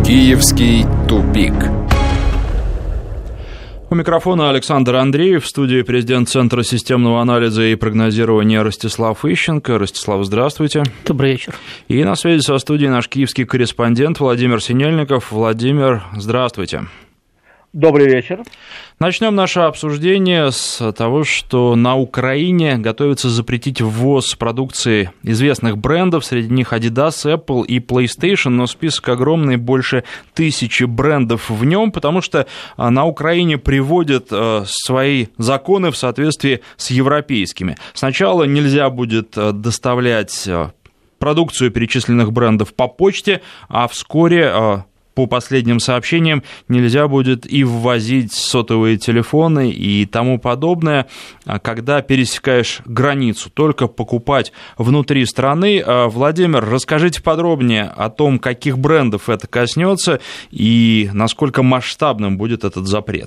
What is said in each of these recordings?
Киевский тупик. У микрофона Александр Андреев, в студии президент Центра системного анализа и прогнозирования Ростислав Ищенко. Ростислав, здравствуйте. Добрый вечер. И на связи со студией наш киевский корреспондент Владимир Синельников. Владимир, здравствуйте. Добрый вечер. Начнем наше обсуждение с того, что на Украине готовится запретить ввоз продукции известных брендов, среди них Adidas, Apple и PlayStation, но список огромный, больше 1000 брендов в нем, потому что на Украине приводят свои законы в соответствии с европейскими. Сначала нельзя будет доставлять продукцию перечисленных брендов по почте, а вскоре, по последним сообщениям, нельзя будет и ввозить сотовые телефоны и тому подобное, когда пересекаешь границу, только покупать внутри страны. Владимир, расскажите подробнее о том, каких брендов это коснется и насколько масштабным будет этот запрет.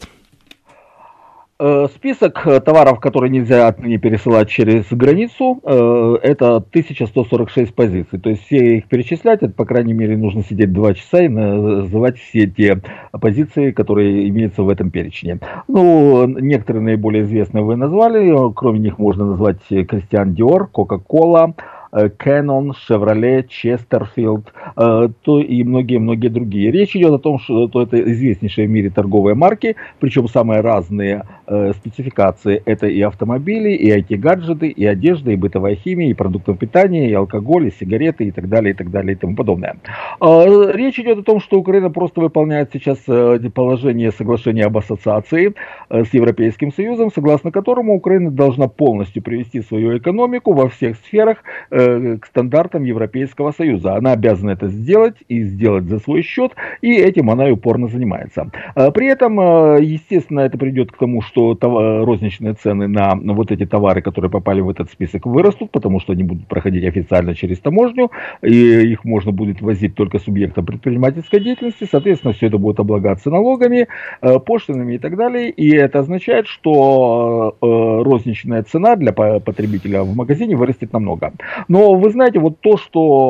Список товаров, которые нельзя отныне пересылать через границу, это 1146 позиций. То есть все их перечислять, это, по крайней мере, нужно сидеть 2 часа и называть все те позиции, которые имеются в этом перечне. Ну, некоторые наиболее известные вы назвали, кроме них можно назвать Christian Dior, Coca-Cola, Canon, Chevrolet, Chesterfield и многие-многие другие. Речь идет о том, что это известнейшие в мире торговые марки, причем самые разные спецификации. Это и автомобили, и IT-гаджеты, и одежда, и бытовая химия, и продукты питания, и алкоголь, и сигареты, и так далее, и тому подобное. Речь идет о том, что Украина просто выполняет сейчас положение соглашения об ассоциации с Европейским Союзом, согласно которому Украина должна полностью привести свою экономику во всех сферах к стандартам Европейского Союза. Она обязана это сделать и сделать за свой счет, и этим она и упорно занимается. При этом, естественно, это приведет к тому, что розничные цены на вот эти товары, которые попали в этот список, вырастут, потому что они будут проходить официально через таможню, и их можно будет возить только субъектам предпринимательской деятельности, соответственно, все это будет облагаться налогами, пошлинами и так далее, и это означает, что розничная цена для потребителя в магазине вырастет намного. Но вы знаете, вот то,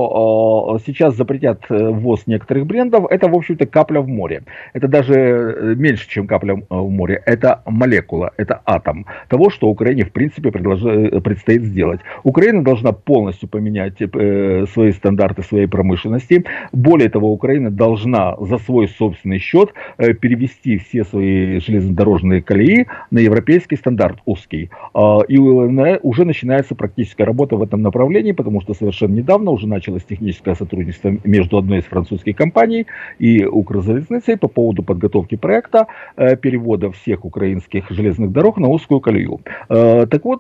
что сейчас запретят ввоз некоторых брендов, это, в общем-то, капля в море. Это даже меньше, чем капля в море. Это молекула, это атом того, что Украине, в принципе, предстоит сделать. Украина должна полностью поменять свои стандарты своей промышленности. Более того, Украина должна за свой собственный счет перевести все свои железнодорожные колеи на европейский стандарт узкий. И уже начинается практическая работа в этом направлении, потому что совершенно недавно уже началось техническое сотрудничество между одной из французских компаний и Укрзалезницей по поводу подготовки проекта перевода всех украинских железных дорог на узкую колею. Так вот,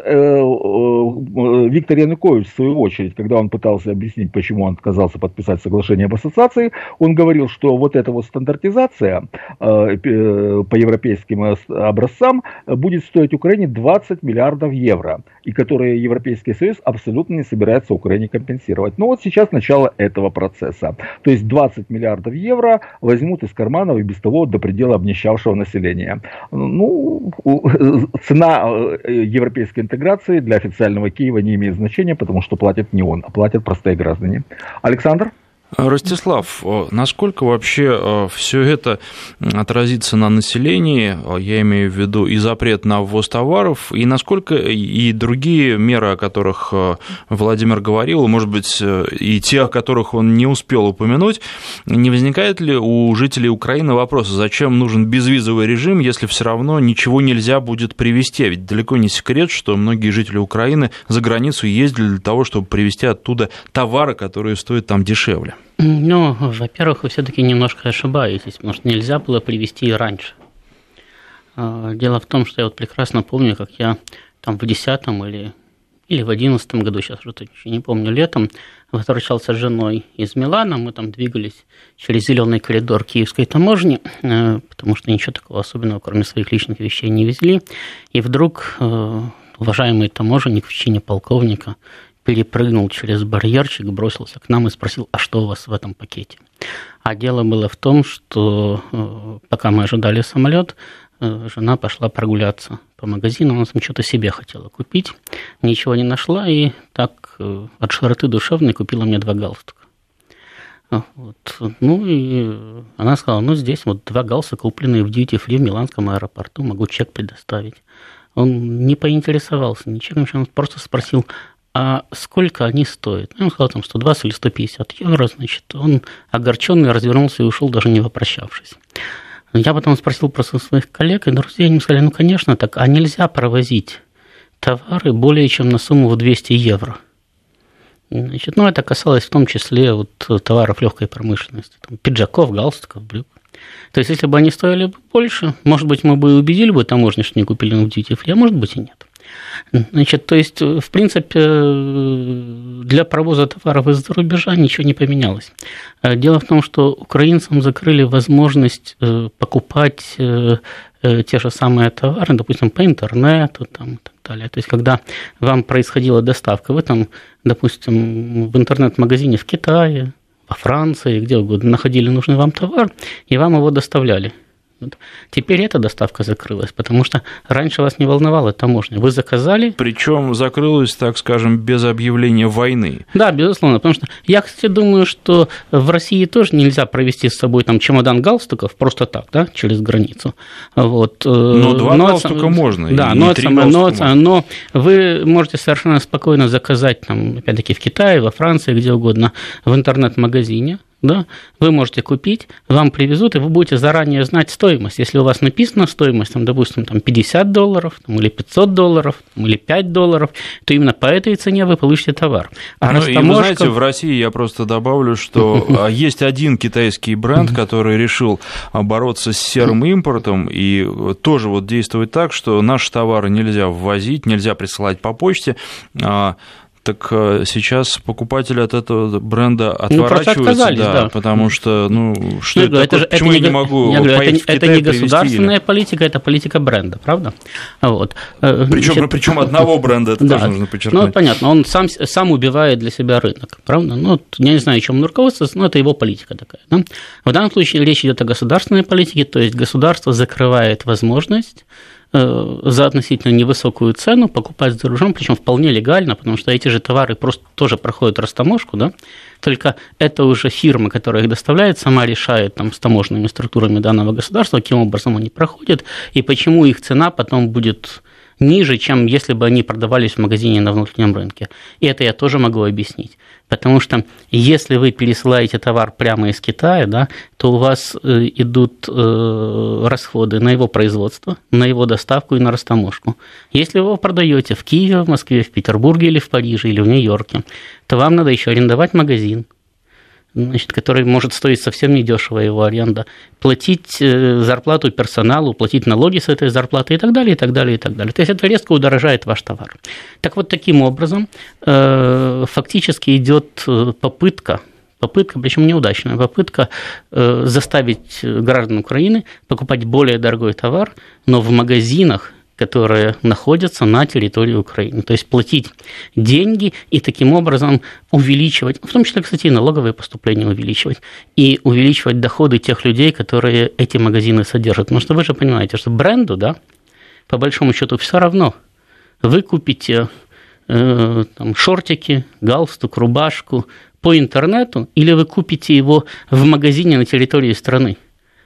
Виктор Янукович, в свою очередь, когда он пытался объяснить, почему он отказался подписать соглашение об ассоциации, он говорил, что вот эта вот стандартизация по европейским образцам будет стоить Украине 20 миллиардов евро, и которые Европейский Союз абсолютно не собирается Украине компенсировать. Но вот сейчас начало этого процесса. То есть 20 миллиардов евро возьмут из карманов и без того до предела обнищавшего населения. Ну, цена европейской интеграции для официального Киева не имеет значения, потому что платит не он, а платят простые граждане. Александр? Ростислав, насколько вообще все это отразится на населении, я имею в виду и запрет на ввоз товаров, и насколько и другие меры, о которых Владимир говорил, может быть, и те, о которых он не успел упомянуть, не возникает ли у жителей Украины вопрос, зачем нужен безвизовый режим, если все равно ничего нельзя будет привезти? Ведь далеко не секрет, что многие жители Украины за границу ездили для того, чтобы привезти оттуда товары, которые стоят там дешевле. Ну, во-первых, вы все-таки немножко ошибаетесь, потому что нельзя было привезти и раньше. Дело в том, что я вот прекрасно помню, как я там в 10-м или в 11-м году, сейчас уже точно не помню, летом, возвращался с женой из Милана, мы там двигались через зеленый коридор Киевской таможни, потому что ничего такого особенного, кроме своих личных вещей, не везли, и вдруг уважаемый таможенник в чине полковника перепрыгнул через барьерчик, бросился к нам и спросил, а что у вас в этом пакете? А дело было в том, что пока мы ожидали самолет, жена пошла прогуляться по магазину, она там что-то себе хотела купить, ничего не нашла, и так от широты душевной купила мне 2 галстука. Вот. Ну, и она сказала, ну, здесь вот 2 галстука, купленные в дьюти-фри в Миланском аэропорту, могу чек предоставить. Он не поинтересовался ничем, он просто спросил, а сколько они стоят? Он сказал, там, 120 или 150 евро, значит, он огорченный развернулся и ушел, даже не попрощавшись. Я потом спросил просто своих коллег и друзей, они сказали, ну, конечно, так, а нельзя провозить товары более чем на сумму в 200 евро. Значит, ну, это касалось в том числе вот товаров легкой промышленности, там, пиджаков, галстуков, брюк. То есть, если бы они стоили бы больше, может быть, мы бы и убедили бы таможню, что не купили на duty-free, а может быть и нет. Значит, то есть, в принципе, для провоза товаров из-за рубежа ничего не поменялось. Дело в том, что украинцам закрыли возможность покупать те же самые товары, допустим, по интернету там, и так далее. То есть, когда вам происходила доставка, вы там, допустим, в интернет-магазине в Китае, во Франции, где угодно, находили нужный вам товар, и вам его доставляли. Вот. Теперь эта доставка закрылась, потому что раньше вас не волновала таможня. Вы заказали. Причем закрылась, так скажем, без объявления войны. Да, безусловно, потому что я, кстати, думаю, что в России тоже нельзя провести с собой там чемодан галстуков просто так, да, через границу. Вот. Но 2 галстука можно, да, и 3 галстука можно. Но вы можете совершенно спокойно заказать, там, опять-таки, в Китае, во Франции, где угодно, в интернет-магазине. Да, вы можете купить, вам привезут, и вы будете заранее знать стоимость. Если у вас написана стоимость, там, допустим, там $50, там, или $500, там, или $5, то именно по этой цене вы получите товар. А ну, и вы знаете, в России я просто добавлю, что есть один китайский бренд, который решил бороться с серым импортом, и тоже вот действует так, что наши товары нельзя ввозить, нельзя присылать по почте. Так сейчас покупатели от этого бренда отворачиваются, да, потому что, что это почему я не могу поехать в Китай, это не государственная политика, это политика бренда, правда? Вот. Причем одного бренда, это тоже нужно подчеркнуть. Ну, понятно, он сам убивает для себя рынок, правда? Ну, я не знаю, чем он руководствуется, но это его политика такая. Да? В данном случае речь идет о государственной политике, то есть государство закрывает возможность за относительно невысокую цену покупать за рубежом, причем вполне легально, потому что эти же товары просто тоже проходят растаможку, да, только это уже фирма, которая их доставляет, сама решает там, с таможенными структурами данного государства, каким образом они проходят, и почему их цена потом будет ниже, чем если бы они продавались в магазине на внутреннем рынке. И это я тоже могу объяснить. Потому что если вы пересылаете товар прямо из Китая, да, то у вас идут расходы на его производство, на его доставку и на растаможку. Если вы его продаете в Киеве, в Москве, в Петербурге или в Париже или в Нью-Йорке, то вам надо еще арендовать магазин, значит, который может стоить совсем недешево, его аренда, платить зарплату персоналу, платить налоги с этой зарплаты и так далее, и так далее, и так далее. То есть это резко удорожает ваш товар. Так вот, таким образом, фактически идет попытка, причем неудачная попытка, заставить граждан Украины покупать более дорогой товар, но в магазинах, которые находятся на территории Украины. То есть платить деньги и таким образом увеличивать, в том числе, кстати, и налоговые поступления увеличивать, и увеличивать доходы тех людей, которые эти магазины содержат. Потому что вы же понимаете, что бренду, да, по большому счету, все равно. Вы купите там, шортики, галстук, рубашку по интернету, или вы купите его в магазине на территории страны.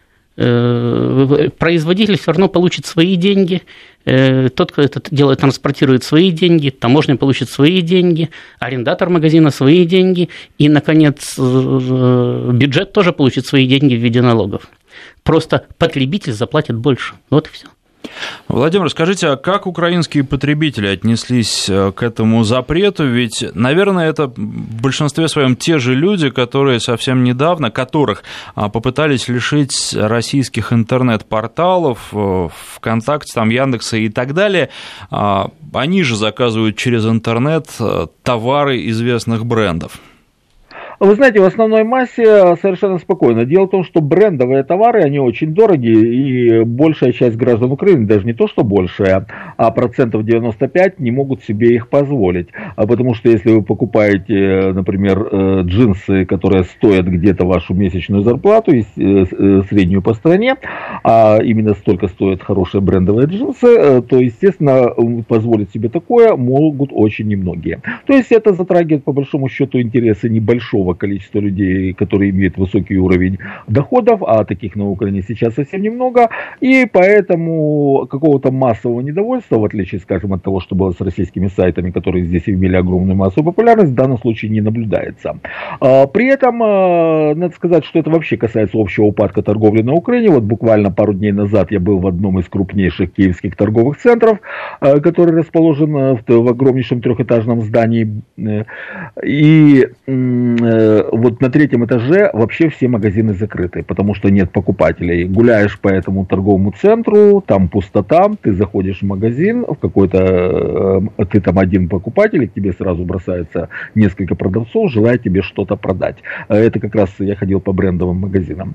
Производитель все равно получит свои деньги, тот, кто это делает, транспортирует свои деньги, таможня получит свои деньги, арендатор магазина свои деньги, и, наконец, бюджет тоже получит свои деньги в виде налогов. Просто потребитель заплатит больше. Вот и все. Владимир, скажите, а как украинские потребители отнеслись к этому запрету? Ведь, наверное, это в большинстве своем те же люди, которые совсем недавно, которых попытались лишить российских интернет-порталов, ВКонтакте, там, Яндекса и так далее. Они же заказывают через интернет товары известных брендов. Вы знаете, в основной массе совершенно спокойно. Дело в том, что брендовые товары, они очень дорогие, и большая часть граждан Украины, даже не то, что большая, а 95% не могут себе их позволить. Потому что если вы покупаете, например, джинсы, которые стоят где-то вашу месячную зарплату, среднюю по стране, а именно столько стоят хорошие брендовые джинсы, то, естественно, позволить себе такое могут очень немногие. То есть это затрагивает, по большому счету, интересы небольшого количества людей, которые имеют высокий уровень доходов, а таких на Украине сейчас совсем немного, и поэтому какого-то массового недовольства, в отличие, скажем, от того, что было с российскими сайтами, которые здесь имели огромную массовую популярность, в данном случае не наблюдается. При этом, надо сказать, что это вообще касается общего упадка торговли на Украине. Вот буквально пару дней назад я был в одном из крупнейших киевских торговых центров, который расположен в огромнейшем трехэтажном здании. И вот на 3-м этаже вообще все магазины закрыты, потому что нет покупателей. Гуляешь по этому торговому центру, там пустота, ты заходишь в магазин, в какой-то, ты там один покупатель, и к тебе сразу бросается несколько продавцов, желая тебе что-то продать. Это как раз я ходил по брендовым магазинам.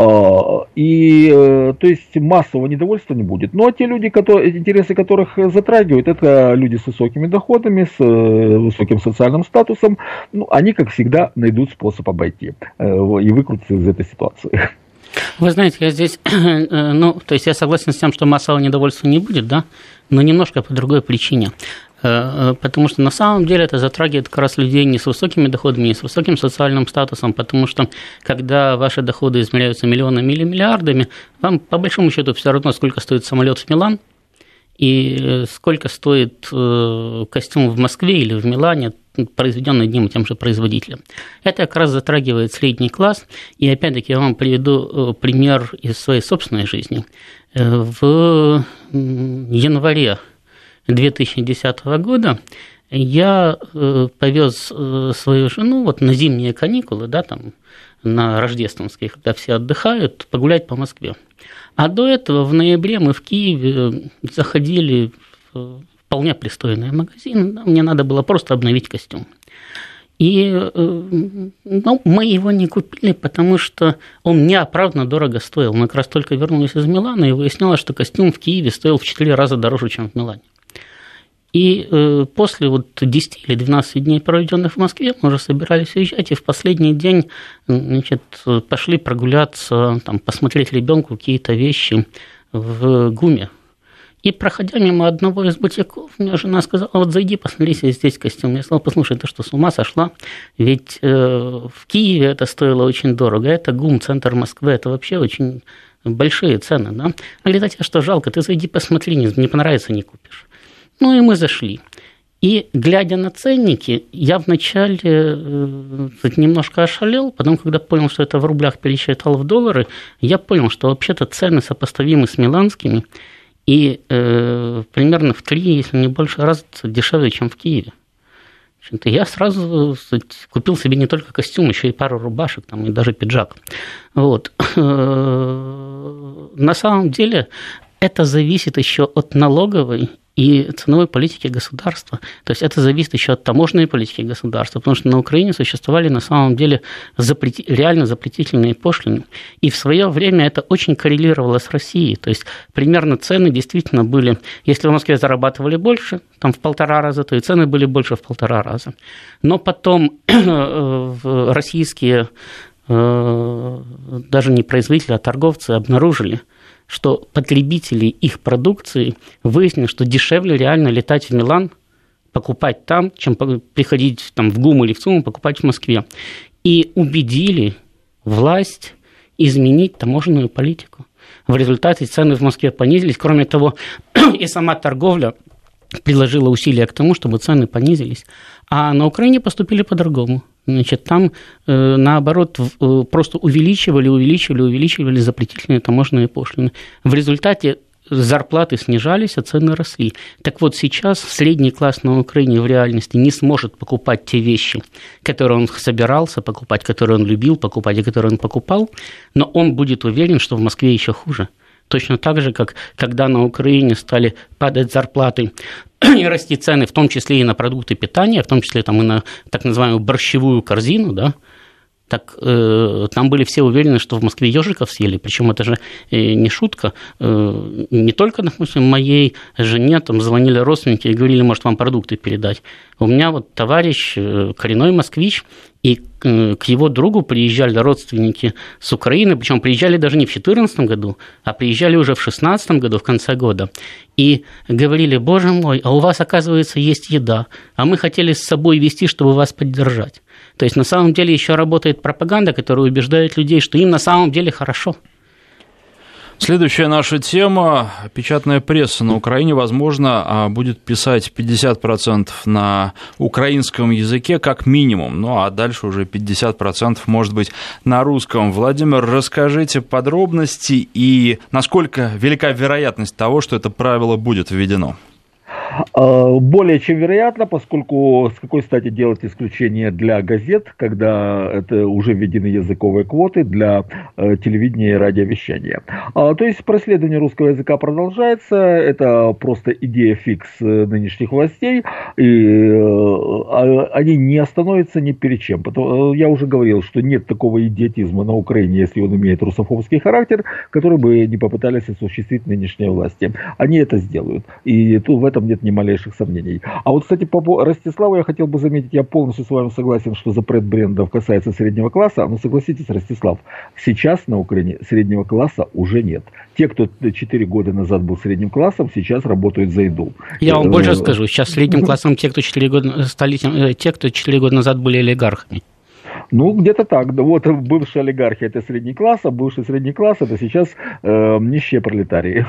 И то есть массового недовольства не будет. Но те люди, интересы которых затрагивают, это люди с высокими доходами, с высоким социальным статусом, они, как всегда, найдут способ обойти и выкрутиться из этой ситуации. Вы знаете, я здесь, то есть я согласен с тем, что массового недовольства не будет, да, но немножко по другой причине. Потому что на самом деле это затрагивает как раз людей не с высокими доходами, не с высоким социальным статусом, потому что когда ваши доходы измеряются миллионами или миллиардами, вам по большому счету все равно, сколько стоит самолет в Милан и сколько стоит костюм в Москве или в Милане, произведенный одним и тем же производителем. Это как раз затрагивает средний класс, и опять-таки я вам приведу пример из своей собственной жизни. В январе 2010 года я повез свою жену вот на зимние каникулы, да, там, на рождественские, когда все отдыхают, погулять по Москве. А до этого в ноябре мы в Киеве заходили в вполне пристойный магазин, мне надо было просто обновить костюм. И мы его не купили, потому что он неоправданно дорого стоил. Мы как раз только вернулись из Милана, и выяснялось, что костюм в Киеве стоил в 4 раза дороже, чем в Милане. И после 10 или 12 дней, проведенных в Москве, мы уже собирались уезжать, и в последний день пошли прогуляться, там, посмотреть ребенку какие-то вещи в ГУМе. И, проходя мимо одного из бутиков, мне жена сказала: вот зайди, посмотри, здесь костюм. Я сказал: послушай, ты что, с ума сошла? Ведь в Киеве это стоило очень дорого. Это ГУМ, центр Москвы, это вообще очень большие цены. Да? Она говорит: а тебе что, жалко? Ты зайди, посмотри, не понравится, не купишь. Ну и мы зашли. И, глядя на ценники, я вначале немножко ошалел, потом, когда понял, что это в рублях пересчитал в доллары, я понял, что вообще-то цены сопоставимы с миланскими, и примерно в 3, если не больше раз дешевле, чем в Киеве. Я сразу купил себе не только костюм, еще и пару рубашек, там, и даже пиджак. Вот. На самом деле это зависит еще от налоговой и ценовой политики государства. То есть это зависит еще от таможенной политики государства, потому что на Украине существовали на самом деле реально запретительные пошлины. И в свое время это очень коррелировало с Россией. То есть примерно цены действительно были, если в Москве зарабатывали больше, там в 1,5 раза, то и цены были больше в 1,5 раза. Но потом российские даже не производители, а торговцы обнаружили, что потребители их продукции выяснили, что дешевле реально летать в Милан, покупать там, чем приходить там, в ГУМ или в ЦУМ, покупать в Москве. И убедили власть изменить таможенную политику. В результате цены в Москве понизились. Кроме того, и сама торговля приложила усилия к тому, чтобы цены понизились. А на Украине поступили по-другому. Значит, там, наоборот, просто увеличивали запретительные таможенные пошлины. В результате зарплаты снижались, а цены росли. Так вот, сейчас средний класс на Украине в реальности не сможет покупать те вещи, которые он собирался покупать, которые он любил покупать и которые он покупал, но он будет уверен, что в Москве еще хуже. Точно так же, как когда на Украине стали падать зарплаты и расти цены, в том числе и на продукты питания, в том числе там, и на так называемую борщевую корзину, да, так там были все уверены, что в Москве ежиков съели, причем это же не шутка. Не только, допустим, моей жене там звонили родственники и говорили, может, вам продукты передать. У меня вот товарищ, коренной москвич, и к его другу приезжали родственники с Украины, причем приезжали даже не в 2014 году, а приезжали уже в 2016 году, в конце года, и говорили, боже мой, а у вас, оказывается, есть еда, а мы хотели с собой везти, чтобы вас поддержать. То есть, на самом деле, еще работает пропаганда, которая убеждает людей, что им на самом деле хорошо. Следующая наша тема. Печатная пресса на Украине, возможно, будет писать 50% на украинском языке как минимум, ну а дальше уже 50% может быть на русском. Владимир, расскажите подробности и насколько велика вероятность того, что это правило будет введено? Более чем вероятно, поскольку с какой стати делать исключение для газет, когда это уже введены языковые квоты для телевидения и радиовещания. То есть проследование русского языка продолжается, это просто идея фикс нынешних властей, и они не остановятся ни перед чем. Я уже говорил, что нет такого идиотизма на Украине, если он имеет русофобский характер, который бы не попытались осуществить нынешние власти. Они это сделают, и тут в этом нет ни малейших сомнений. А вот, кстати, по Ростиславу я хотел бы заметить, я полностью с вами согласен, что запрет брендов касается среднего класса, но согласитесь, Ростислав, сейчас на Украине среднего класса уже нет. Те, кто 4 года назад был средним классом, сейчас работают за еду. Я вам больше скажу, сейчас средним классом те, кто 4 года назад были олигархами. Ну, где-то так. Вот бывшие олигархи – это средний класс, а бывший средний класс – это сейчас нищие пролетарии.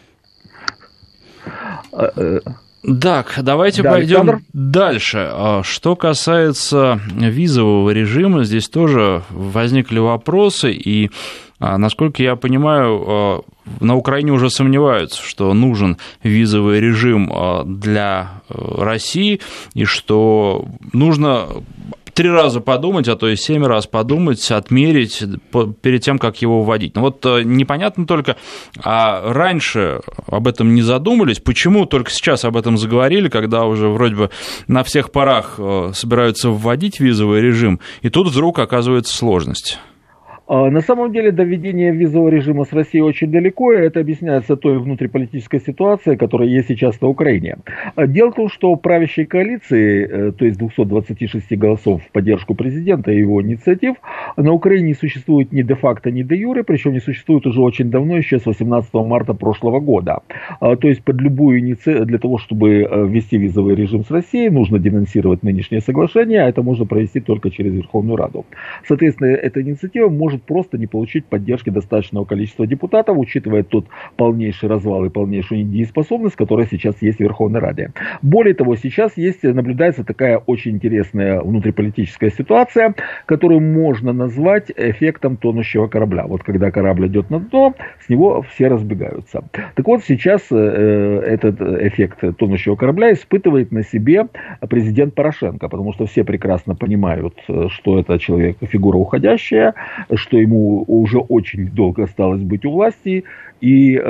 Так, давайте пойдем дальше. Что касается визового режима, здесь тоже возникли вопросы, и, насколько я понимаю, на Украине уже сомневаются, что нужен визовый режим для России, и что нужно 3 раза подумать, а то и 7 раз подумать, отмерить перед тем, как его вводить. Но вот непонятно только, а раньше об этом не задумались, почему только сейчас об этом заговорили, когда уже вроде бы на всех парах собираются вводить визовый режим, и тут вдруг оказывается сложность. На самом деле до введения визового режима с Россией очень далеко, и это объясняется той внутриполитической ситуацией, которая есть сейчас на Украине. Дело в том, что правящей коалиции, то есть 226 голосов в поддержку президента и его инициатив, на Украине не существует ни де-факто, ни де-юре, причем не существует уже очень давно, еще с 18 марта прошлого года. То есть под любую инициативу, для того, чтобы ввести визовый режим с Россией, нужно денонсировать нынешнее соглашение, а это можно провести только через Верховную Раду. Соответственно, эта инициатива может просто не получить поддержки достаточного количества депутатов, учитывая тот полнейший развал и полнейшую недееспособность, которая сейчас есть в Верховной Раде. Более того, сейчас наблюдается такая очень интересная внутриполитическая ситуация, которую можно назвать эффектом тонущего корабля. Вот когда корабль идет на дно, с него все разбегаются. Так вот, сейчас этот эффект тонущего корабля испытывает на себе президент Порошенко, потому что все прекрасно понимают, что это человек, фигура уходящая, что ему уже очень долго осталось быть у власти, и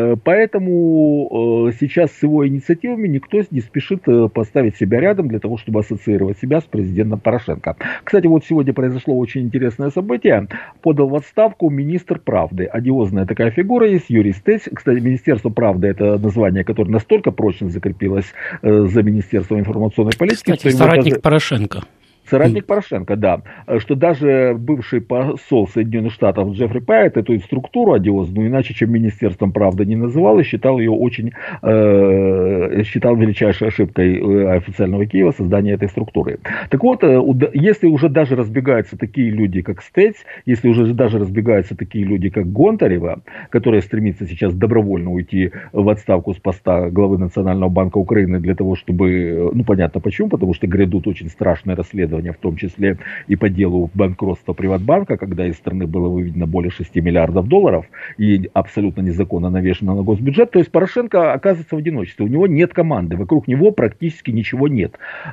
поэтому сейчас с его инициативами никто не спешит поставить себя рядом для того, чтобы ассоциировать себя с президентом Порошенко. Кстати, вот сегодня произошло очень интересное событие. Подал в отставку министр правды. Одиозная такая фигура есть, Юрий Стець. Кстати, Министерство правды – это название, которое настолько прочно закрепилось за Министерством информационной политики. Кстати, соратник Порошенко. Соратник Порошенко, да. Что даже бывший посол Соединенных Штатов Джеффри Пайет эту структуру одиозную, иначе чем Министерством правды, не называл и считал ее считал величайшей ошибкой официального Киева создание этой структуры. Так вот, если уже даже разбегаются такие люди, как Стець, если уже даже разбегаются такие люди, как Гонтарева, которая стремится сейчас добровольно уйти в отставку с поста главы Национального банка Украины для того, чтобы, понятно почему, потому что грядут очень страшные расследования, в том числе и по делу банкротства Приватбанка, когда из страны было выведено более 6 миллиардов долларов и абсолютно незаконно навешено на госбюджет. То есть Порошенко оказывается в одиночестве. У него нет команды, вокруг него практически ничего нет.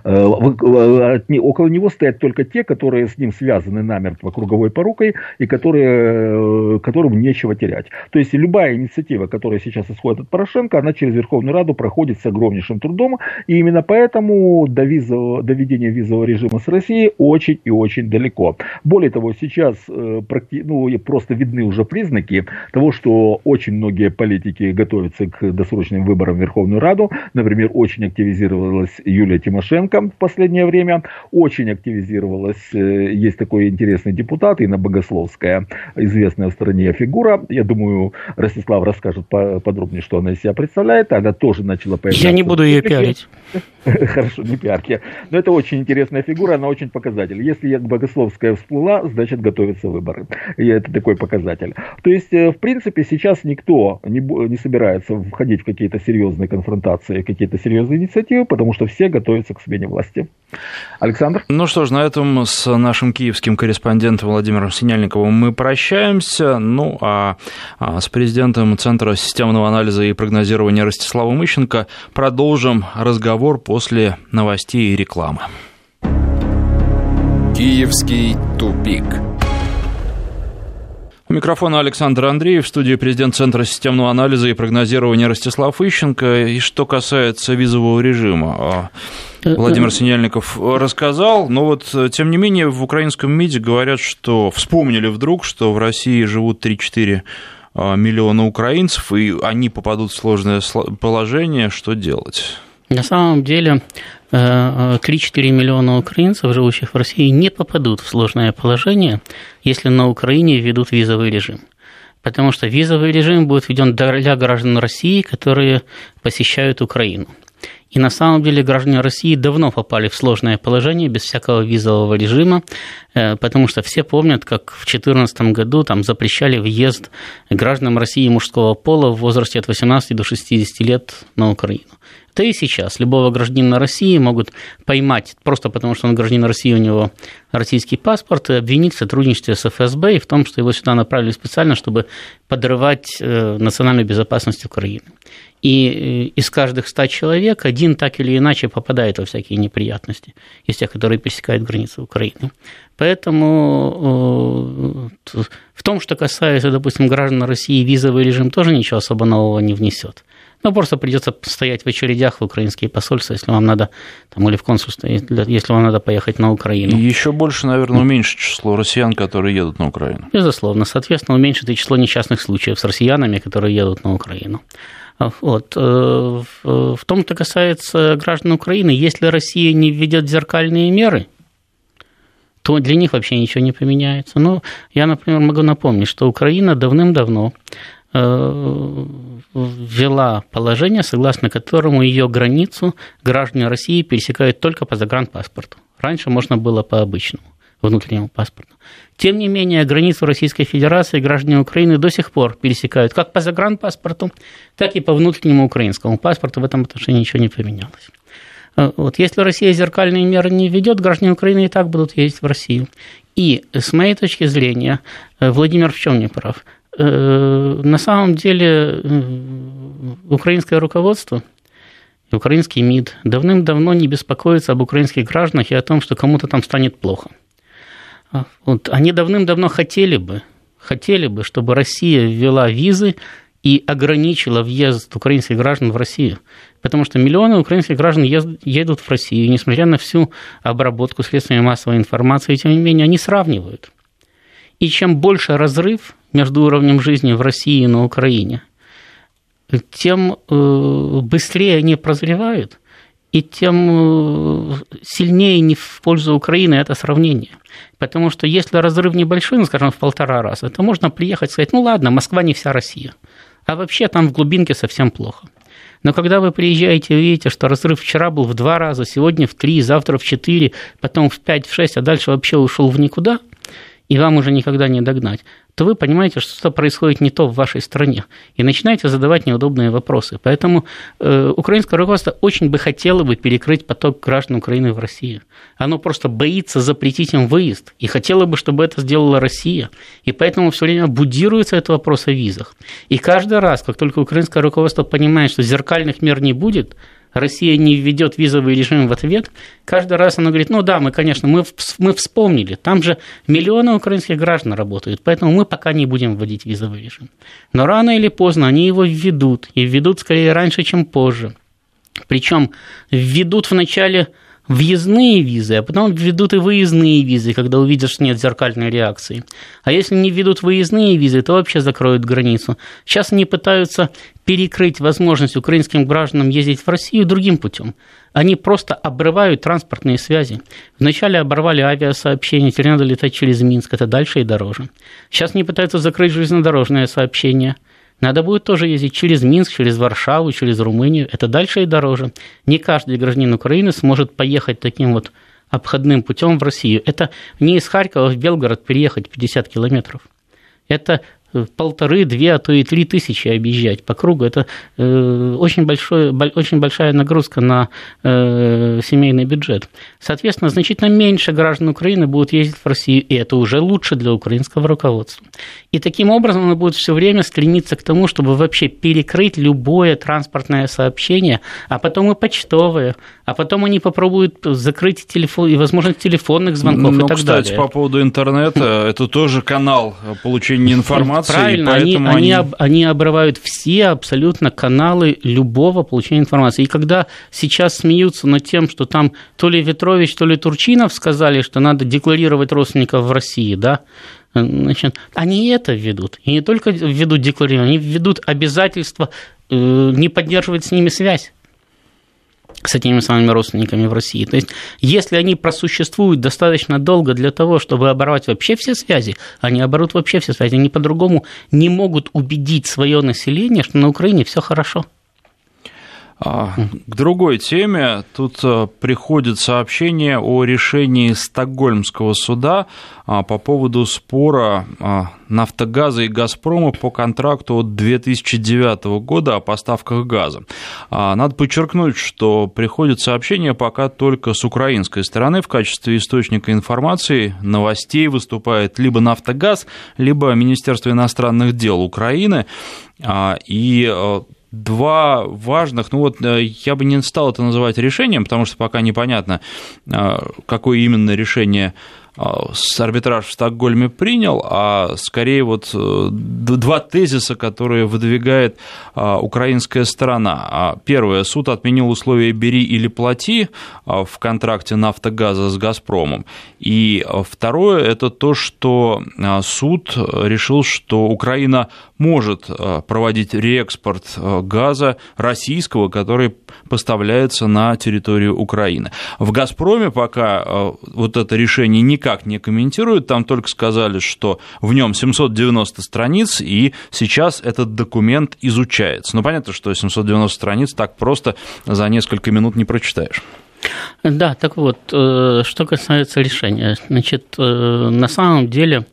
Около него стоят только те, которые с ним связаны намертво круговой порукой и которым нечего терять. То есть любая инициатива, которая сейчас исходит от Порошенко, она через Верховную Раду проходит с огромнейшим трудом. И именно поэтому до введения визового режима с России очень и очень далеко. Более того, сейчас просто видны уже признаки того, что очень многие политики готовятся к досрочным выборам в Верховную Раду. Например, очень активизировалась Юлия Тимошенко в последнее время. Очень активизировалась, есть такой интересный депутат, Инна Богословская, известная в стране фигура. Я думаю, Ростислав расскажет подробнее, что она из себя представляет. Она тоже начала появляться. Я не буду ее пиарить. Хорошо, не пиарьте. Но это очень интересная фигура, она очень показатель. Если Богословская всплыла, значит готовятся выборы. И это такой показатель. То есть, в принципе, сейчас никто не собирается входить в какие-то серьезные конфронтации, какие-то серьезные инициативы, потому что все готовятся к смене власти. Александр? Ну что ж, на этом с нашим киевским корреспондентом Владимиром Синельниковым мы прощаемся. Ну а с президентом Центра системного анализа и прогнозирования Ростиславом Ищенко продолжим разговор после новостей и рекламы. Киевский тупик. У микрофона Александр Андреев, в студии президент Центра системного анализа и прогнозирования Ростислав Ищенко. И что касается визового режима, Владимир Синельников рассказал, но вот, тем не менее, в украинском МИДе говорят, что вспомнили вдруг, что в России живут 3-4 миллиона украинцев, и они попадут в сложное положение. Что делать? На самом деле 3-4 миллиона украинцев, живущих в России, не попадут в сложное положение, если на Украине введут визовый режим. Потому что визовый режим будет введен для граждан России, которые посещают Украину. И на самом деле граждане России давно попали в сложное положение без всякого визового режима, потому что все помнят, как в 2014 году там запрещали въезд гражданам России мужского пола в возрасте от 18 до 60 лет на Украину. Да и сейчас любого гражданина России могут поймать просто потому, что он гражданин России, у него российский паспорт, и обвинить в сотрудничестве с ФСБ и в том, что его сюда направили специально, чтобы подрывать национальную безопасность Украины. И из каждых 100 человек один так или иначе попадает во всякие неприятности, из тех, которые пересекают границу Украины. Поэтому в том, что касается, допустим, граждан России, визовый режим тоже ничего особо нового не внесет. Но просто придется стоять в очередях в украинские посольства, если вам надо, там, или в консульство, если вам надо поехать на Украину. И еще больше, наверное, уменьшит число россиян, которые едут на Украину. Безусловно. Соответственно, уменьшит и число несчастных случаев с россиянами, которые едут на Украину. Вот. В том, что касается граждан Украины, если Россия не введет зеркальные меры, то для них вообще ничего не поменяется. Ну, я, например, могу напомнить, что Украина давным-давно ввела положение, согласно которому ее границу граждане России пересекают только по загранпаспорту. Раньше можно было по обычному внутреннему паспорту. Тем не менее, границу Российской Федерации граждане Украины до сих пор пересекают как по загранпаспорту, так и по внутреннему украинскому паспорту. В этом отношении ничего не поменялось. Вот. Если Россия зеркальные меры не введет, граждане Украины и так будут ездить в Россию. И, с моей точки зрения, Владимир в чем не прав? На самом деле, украинское руководство, украинский МИД давным-давно не беспокоится об украинских гражданах и о том, что кому-то там станет плохо. Вот. Они давным-давно хотели бы, чтобы Россия ввела визы и ограничила въезд украинских граждан в Россию. Потому что миллионы украинских граждан едут в Россию, и несмотря на всю обработку средствами массовой информации, тем не менее, они сравнивают. И чем больше разрыв между уровнем жизни в России и на Украине, тем быстрее они прозревают, и тем сильнее не в пользу Украины это сравнение. Потому что если разрыв небольшой, ну, скажем, в 1,5 раза, то можно приехать и сказать, ну ладно, Москва не вся Россия, а вообще там в глубинке совсем плохо. Но когда вы приезжаете и видите, что разрыв вчера был в 2 раза, сегодня в 3, завтра в 4, потом в 5, в 6, а дальше вообще ушел в никуда, и вам уже никогда не догнать, то вы понимаете, что что-то происходит не то в вашей стране, и начинаете задавать неудобные вопросы. Поэтому украинское руководство очень бы хотело бы перекрыть поток граждан Украины в Россию. Оно просто боится запретить им выезд, и хотело бы, чтобы это сделала Россия. И поэтому все время будируется этот вопрос о визах. И каждый раз, как только украинское руководство понимает, что зеркальных мер не будет, Россия не введет визовый режим в ответ, каждый раз она говорит, ну да, мы, конечно, мы вспомнили, там же миллионы украинских граждан работают, поэтому мы пока не будем вводить визовый режим. Но рано или поздно они его введут, и введут скорее раньше, чем позже. Причем введут вначале въездные визы, а потом введут и выездные визы, когда увидят, что нет зеркальной реакции. А если не введут выездные визы, то вообще закроют границу. Сейчас они пытаются перекрыть возможность украинским гражданам ездить в Россию другим путем. Они просто обрывают транспортные связи. Вначале оборвали авиасообщение, теперь надо летать через Минск, это дальше и дороже. Сейчас они пытаются закрыть железнодорожное сообщение. Надо будет тоже ездить через Минск, через Варшаву, через Румынию. Это дальше и дороже. Не каждый гражданин Украины сможет поехать таким вот обходным путем в Россию. Это не из Харькова в Белгород переехать 50 километров. Это 1,5-2, а то и 3 тысячи объезжать по кругу. Это очень большая нагрузка на семейный бюджет. Соответственно, значительно меньше граждан Украины будут ездить в Россию, и это уже лучше для украинского руководства. И таким образом оно будет все время стремиться к тому, чтобы вообще перекрыть любое транспортное сообщение, а потом и почтовое, а потом они попробуют закрыть телефон и возможность телефонных звонков и так далее. Кстати, по поводу интернета, это тоже канал получения информации. Правильно, они обрывают все абсолютно каналы любого получения информации. И когда сейчас смеются над тем, что там то ли Ветрович, то ли Турчинов сказали, что надо декларировать родственников в России, да, значит, они это введут. И не только введут декларирование, они введут обязательство не поддерживать с ними связь, с этими самыми родственниками в России. То есть, если они просуществуют достаточно долго для того, чтобы оборвать вообще все связи, они оборвут вообще все связи, они по-другому не могут убедить свое население, что на Украине все хорошо. К другой теме. Тут приходит сообщение о решении Стокгольмского суда по поводу спора «Нафтогаза» и «Газпрома» по контракту от 2009 года о поставках газа. Надо подчеркнуть, что приходит сообщение пока только с украинской стороны. В качестве источника информации, новостей выступает либо «Нафтогаз», либо Министерство иностранных дел Украины. И два важных, я бы не стал это называть решением, потому что пока непонятно, какое именно решение арбитраж в Стокгольме принял, а скорее два тезиса, которые выдвигает украинская сторона. Первое, суд отменил условия «бери или плати» в контракте «Нафтогаза» с «Газпромом». И второе, это то, что суд решил, что Украина может проводить реэкспорт газа российского, который поставляется на территорию Украины. В «Газпроме» пока это решение никак не комментируют, там только сказали, что в нем 790 страниц, и сейчас этот документ изучается. Понятно, что 790 страниц так просто за несколько минут не прочитаешь. Да, так вот, что касается решения, значит, на самом деле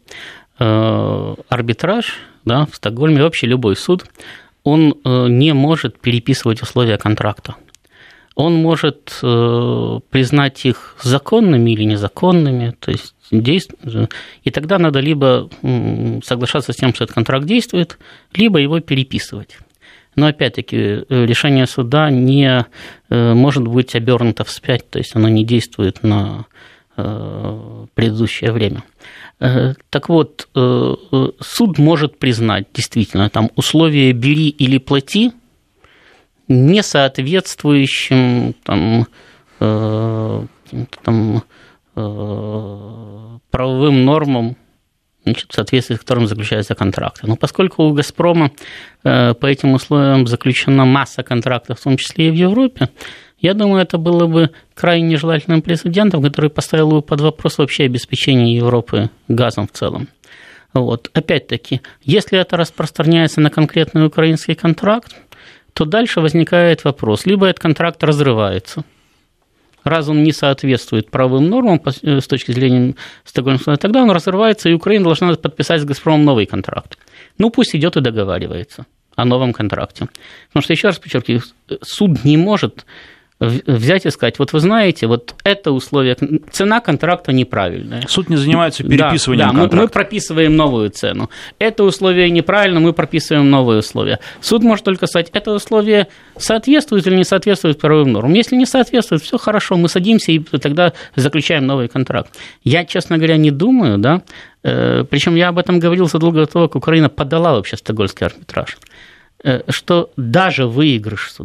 арбитраж, да, в Стокгольме, вообще любой суд, он не может переписывать условия контракта. Он может признать их законными или незаконными, то есть и тогда надо либо соглашаться с тем, что этот контракт действует, либо его переписывать. Но опять-таки решение суда не может быть обернуто вспять, то есть оно не действует на предыдущее время. Так вот, суд может признать действительно там условия «бери или плати» не соответствующим правовым нормам, значит, в соответствии с которым заключаются контракты. Но поскольку у «Газпрома» по этим условиям заключена масса контрактов, в том числе и в Европе, я думаю, это было бы крайне нежелательным прецедентом, который поставил бы под вопрос вообще обеспечение Европы газом в целом. Опять-таки, если это распространяется на конкретный украинский контракт, то дальше возникает вопрос, либо этот контракт разрывается, раз он не соответствует правовым нормам с точки зрения Стокгольмского, тогда он разрывается, и Украина должна подписать с «Газпромом» новый контракт. Пусть идет и договаривается о новом контракте. Потому что, еще раз подчеркиваю, суд не может взять и сказать, вы знаете, это условие, цена контракта неправильная. Суд не занимается переписыванием контракта. Мы прописываем новую цену. Это условие неправильно, мы прописываем новые условия. Суд может только сказать, это условие соответствует или не соответствует правовым нормам. Если не соответствует, все хорошо, мы садимся и тогда заключаем новый контракт. Я, честно говоря, не думаю, да, причем я об этом говорил задолго до того, как Украина подала вообще Стокгольмский арбитраж, что даже выигрыш суда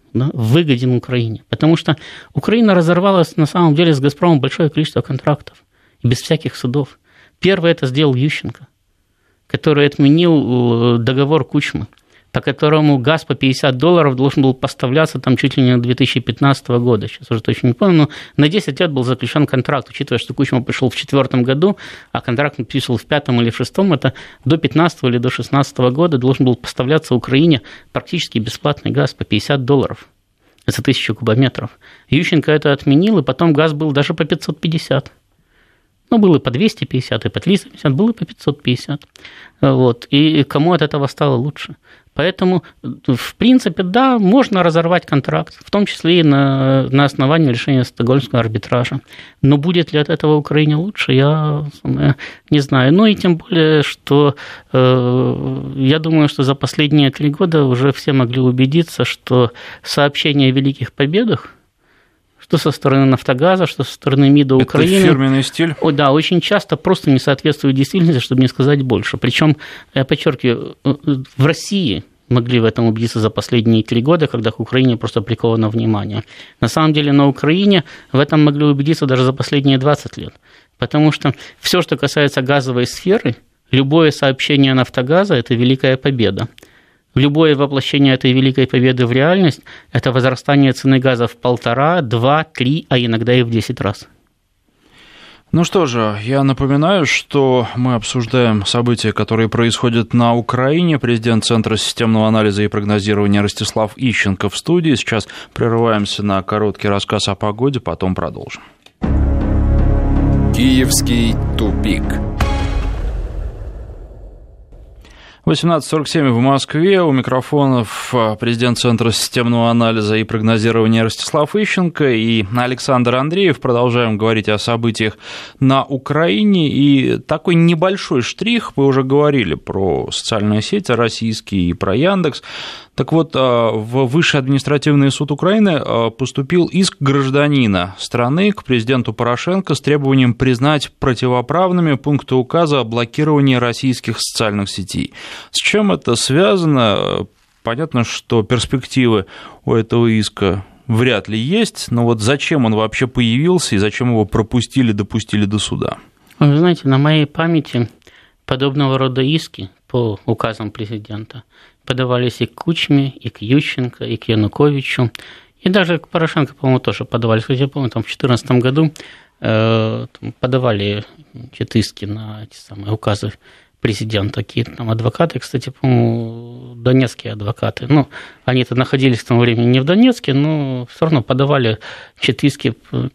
да, выгоден Украине. Потому что Украина разорвалась на самом деле с «Газпромом» большое количество контрактов, и без всяких судов. Первый это сделал Ющенко, который отменил договор Кучмы, по которому газ по $50 должен был поставляться там чуть ли не до 2015 года. Сейчас уже точно не помню, но на 10 лет был заключен контракт, учитывая, что Кучма пришел в 2004 году, а контракт подписывал в 2005 или в 2006, это до 2015 или до 2016 года должен был поставляться Украине практически бесплатный газ по $50 за 1000 кубометров. Ющенко это отменил, и потом газ был даже по 550. Ну, было и по 250, и по 350, было и по 550. Вот. И кому от этого стало лучше? Поэтому, в принципе, да, можно разорвать контракт, в том числе и на основании решения Стокгольмского арбитража. Но будет ли от этого Украине лучше, я не знаю. Ну и тем более, что я думаю, что за последние 3 года уже все могли убедиться, что сообщения о великих победах, что со стороны «Нафтогаза», что со стороны МИДа Украины. Это фирменный стиль? Да, очень часто просто не соответствует действительности, чтобы не сказать больше. Причем, я подчеркиваю, в России могли в этом убедиться за последние 3 года, когда к Украине просто приковано внимание. На самом деле на Украине в этом могли убедиться даже за последние 20 лет. Потому что все, что касается газовой сферы, любое сообщение «Нафтогаза» – это великая победа. Любое воплощение этой великой победы в реальность – это возрастание цены газа в 1,5, 2, 3, а иногда и в 10 раз. Ну что же, я напоминаю, что мы обсуждаем события, которые происходят на Украине. Президент Центра системного анализа и прогнозирования Ростислав Ищенко в студии. Сейчас прерываемся на короткий рассказ о погоде, потом продолжим. Киевский тупик. 18:47 в Москве. У микрофонов президент Центра системного анализа и прогнозирования Ростислав Ищенко и Александр Андреев. Продолжаем говорить о событиях на Украине. И такой небольшой штрих, вы уже говорили про социальные сети российские и про Яндекс. Так вот, в Высший административный суд Украины поступил иск гражданина страны к президенту Порошенко с требованием признать противоправными пункты указа о блокировании российских социальных сетей. С чем это связано? Понятно, что перспективы у этого иска вряд ли есть, но вот зачем он вообще появился и зачем его допустили до суда? Вы знаете, на моей памяти подобного рода иски по указам президента подавались и к Кучме, и к Ющенко, и к Януковичу, и даже к Порошенко, по-моему, тоже подавались. Я помню, там в 2014 году подавали иски на эти самые указы президента. Какие-то там адвокаты, кстати, по-моему, донецкие адвокаты. Ну, они-то находились в то время не в Донецке, но все равно подавали иски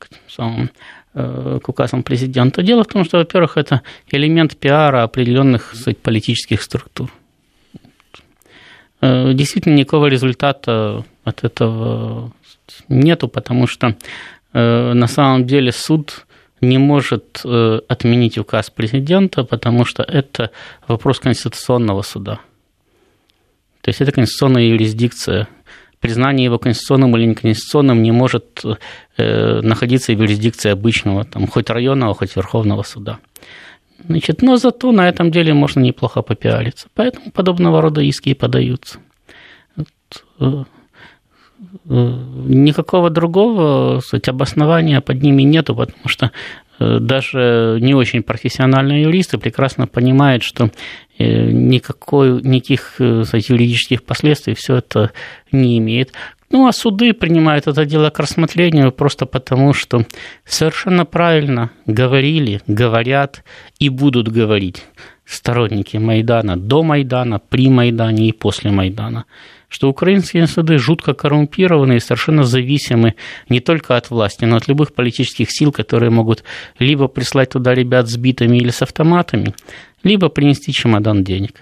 к указам президента. Дело в том, что, во-первых, это элемент пиара определенных политических структур. Действительно, никакого результата от этого нету, потому что на самом деле суд не может отменить указ президента, потому что это вопрос конституционного суда. То есть это конституционная юрисдикция. Признание его конституционным или неконституционным не может находиться в юрисдикции обычного, там, хоть районного, хоть верховного суда. Значит, но зато на этом деле можно неплохо попиариться. Поэтому подобного рода иски и подаются. Никакого другого, кстати, обоснования под ними нету, потому что даже не очень профессиональные юристы прекрасно понимают, что никаких, кстати, юридических последствий все это не имеет. Ну, а суды принимают это дело к рассмотрению просто потому, что совершенно правильно говорили, говорят и будут говорить сторонники Майдана до Майдана, при Майдане и после Майдана, что украинские суды жутко коррумпированы и совершенно зависимы не только от власти, но от любых политических сил, которые могут либо прислать туда ребят с битами или с автоматами, либо принести чемодан денег.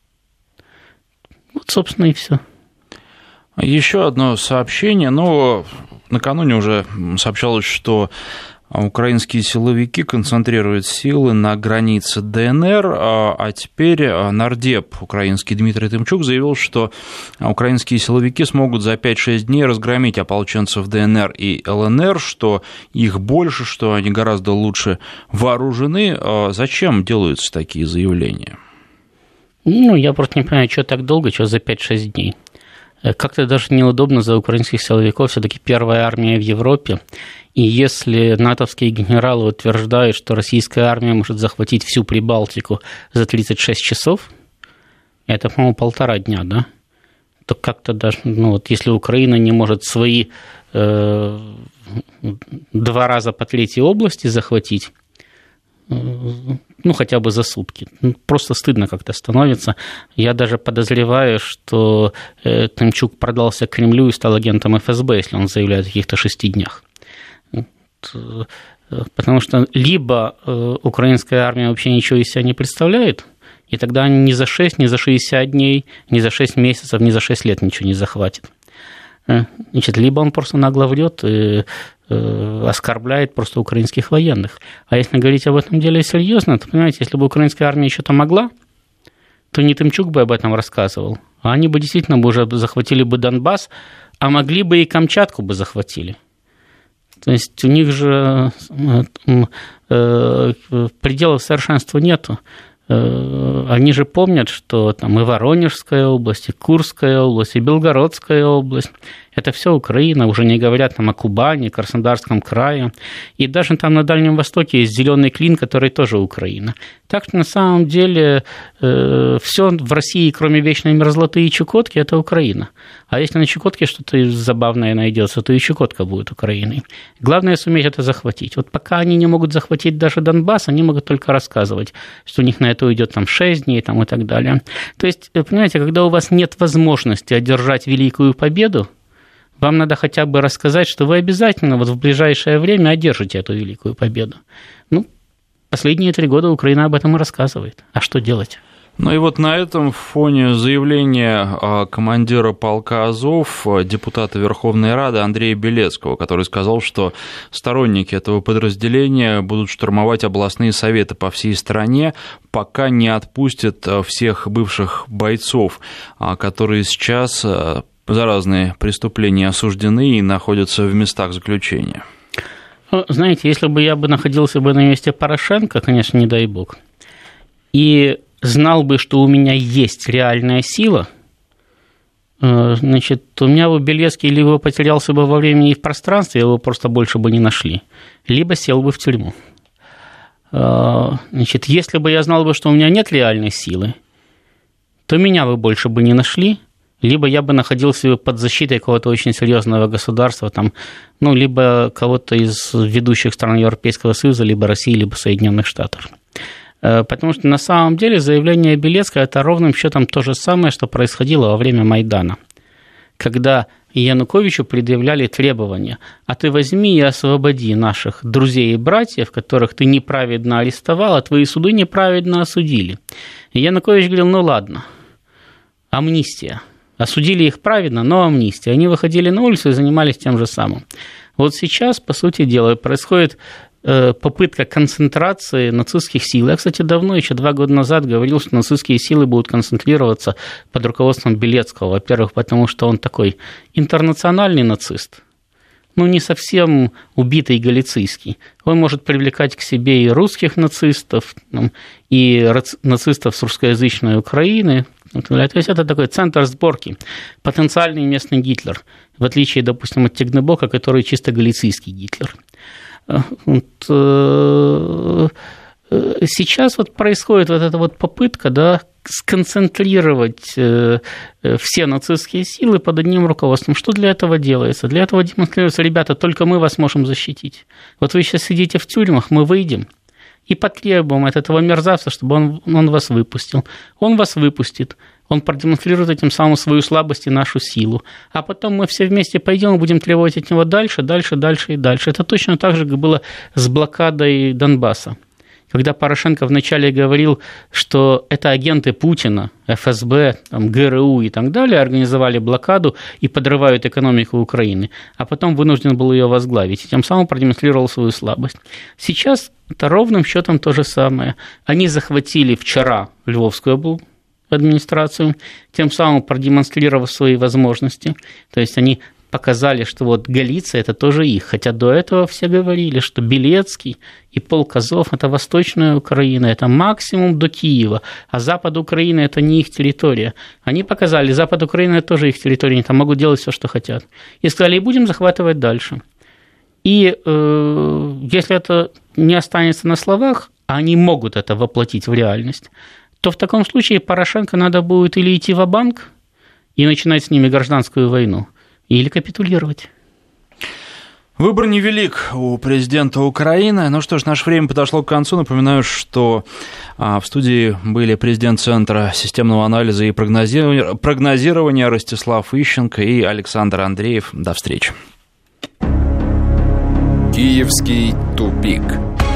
Вот, собственно, и все. Еще одно сообщение, но накануне уже сообщалось, что украинские силовики концентрируют силы на границе ДНР, а теперь нардеп украинский Дмитрий Тимчук заявил, что украинские силовики смогут за 5-6 дней разгромить ополченцев ДНР и ЛНР, что их больше, что они гораздо лучше вооружены. Зачем делаются такие заявления? Ну, я просто не понимаю, что так долго, что за 5-6 дней. как-то даже неудобно за украинских силовиков, все-таки первая армия в Европе. И если натовские генералы утверждают, что российская армия может захватить всю Прибалтику за 36 часов, это, по-моему, 1,5 дня, да? То как-то даже, если Украина не может свои 2 раза по 3 области захватить, хотя бы за сутки. Просто стыдно как-то становится. Я даже подозреваю, что Тымчук продался Кремлю и стал агентом ФСБ, если он заявляет о каких-то 6 днях. Потому что либо украинская армия вообще ничего из себя не представляет, и тогда ни за 6, ни за 60 дней, ни за 6 месяцев, ни за 6 лет ничего не захватит. Значит, либо он просто нагло врет и оскорбляет просто украинских военных. А если говорить об этом деле серьезно, то, понимаете, если бы украинская армия что-то могла, то не Тымчук бы об этом рассказывал, а они бы действительно уже захватили бы Донбасс, а могли бы и Камчатку бы захватили. То есть у них же пределов совершенства нету. Они же помнят, что там и Воронежская область, и Курская область, и Белгородская область – это все Украина, уже не говорят там о Кубани, Краснодарском крае. И даже там на Дальнем Востоке есть Зеленый Клин, который тоже Украина. Так что на самом деле все в России, кроме вечной мерзлоты и Чукотки, это Украина. А если на Чукотке что-то забавное найдется, то и Чукотка будет Украиной. Главное суметь это захватить. Вот пока они не могут захватить даже Донбасс, они могут только рассказывать, что у них на это уйдет там 6 дней там, и так далее. То есть, понимаете, когда у вас нет возможности одержать великую победу, вам надо хотя бы рассказать, что вы обязательно в ближайшее время одержите эту великую победу. Последние 3 года Украина об этом и рассказывает. А что делать? Ну и вот на этом фоне заявление командира полка Азов, депутата Верховной Рады Андрея Белецкого, который сказал, что сторонники этого подразделения будут штурмовать областные советы по всей стране, пока не отпустят всех бывших бойцов, которые сейчас за разные преступления осуждены и находятся в местах заключения. Знаете, если бы я находился на месте Порошенко, конечно, не дай бог, и знал бы, что у меня есть реальная сила, значит, у меня бы Белецкий либо потерялся бы во времени и в пространстве, его просто больше бы не нашли, либо сел бы в тюрьму. Значит, если бы я знал бы, что у меня нет реальной силы, то меня бы больше бы не нашли, либо я бы находился под защитой какого-то очень серьезного государства, там, либо кого-то из ведущих стран Европейского Союза, либо России, либо Соединенных Штатов. Потому что на самом деле заявление Белецкого – это ровным счетом то же самое, что происходило во время Майдана, когда Януковичу предъявляли требования: а ты возьми и освободи наших друзей и братьев, которых ты неправедно арестовал, а твои суды неправедно осудили. И Янукович говорил: ладно, амнистия. Осудили их праведно, но амнистия. Они выходили на улицу и занимались тем же самым. Вот сейчас, по сути дела, происходит попытка концентрации нацистских сил. Я, кстати, давно, еще 2 года назад, говорил, что нацистские силы будут концентрироваться под руководством Белецкого. Во-первых, потому что он такой интернациональный нацист, не совсем убитый галицийский. Он может привлекать к себе и русских нацистов, и нацистов с русскоязычной Украины. То есть это такой центр сборки, потенциальный местный Гитлер, в отличие, допустим, от Тегнебока, который чисто галицийский Гитлер. Сейчас происходит эта попытка, сконцентрировать все нацистские силы под одним руководством. Что для этого делается? Для этого демонстрируется: ребята, только мы вас можем защитить. Вот вы сейчас сидите в тюрьмах, мы выйдем и потребуем от этого мерзавца, чтобы он вас выпустил. Он вас выпустит, он продемонстрирует этим самым свою слабость и нашу силу. А потом мы все вместе пойдем и будем требовать от него дальше и дальше. Это точно так же, как было с блокадой Донбасса. Когда Порошенко вначале говорил, что это агенты Путина, ФСБ, ГРУ и так далее организовали блокаду и подрывают экономику Украины, а потом вынужден был ее возглавить, и тем самым продемонстрировал свою слабость. Сейчас это ровным счетом то же самое. Они захватили вчера Львовскую администрацию, тем самым продемонстрировав свои возможности. То есть они показали, что вот Галиция – это тоже их. Хотя до этого все говорили, что Белецкий и полк Азов – это Восточная Украина, это максимум до Киева, а Запад Украины – это не их территория. Они показали, Запад Украины – это тоже их территория, они там могут делать все, что хотят. И сказали, и будем захватывать дальше. И если это не останется на словах, а они могут это воплотить в реальность, то в таком случае Порошенко надо будет или идти ва-банк и начинать с ними гражданскую войну, или капитулировать. Выбор невелик у президента Украины. Ну что ж, наше время подошло к концу. Напоминаю, что в студии были президент Центра системного анализа и прогнозирования Ростислав Ищенко и Александр Андреев. До встречи. Киевский тупик.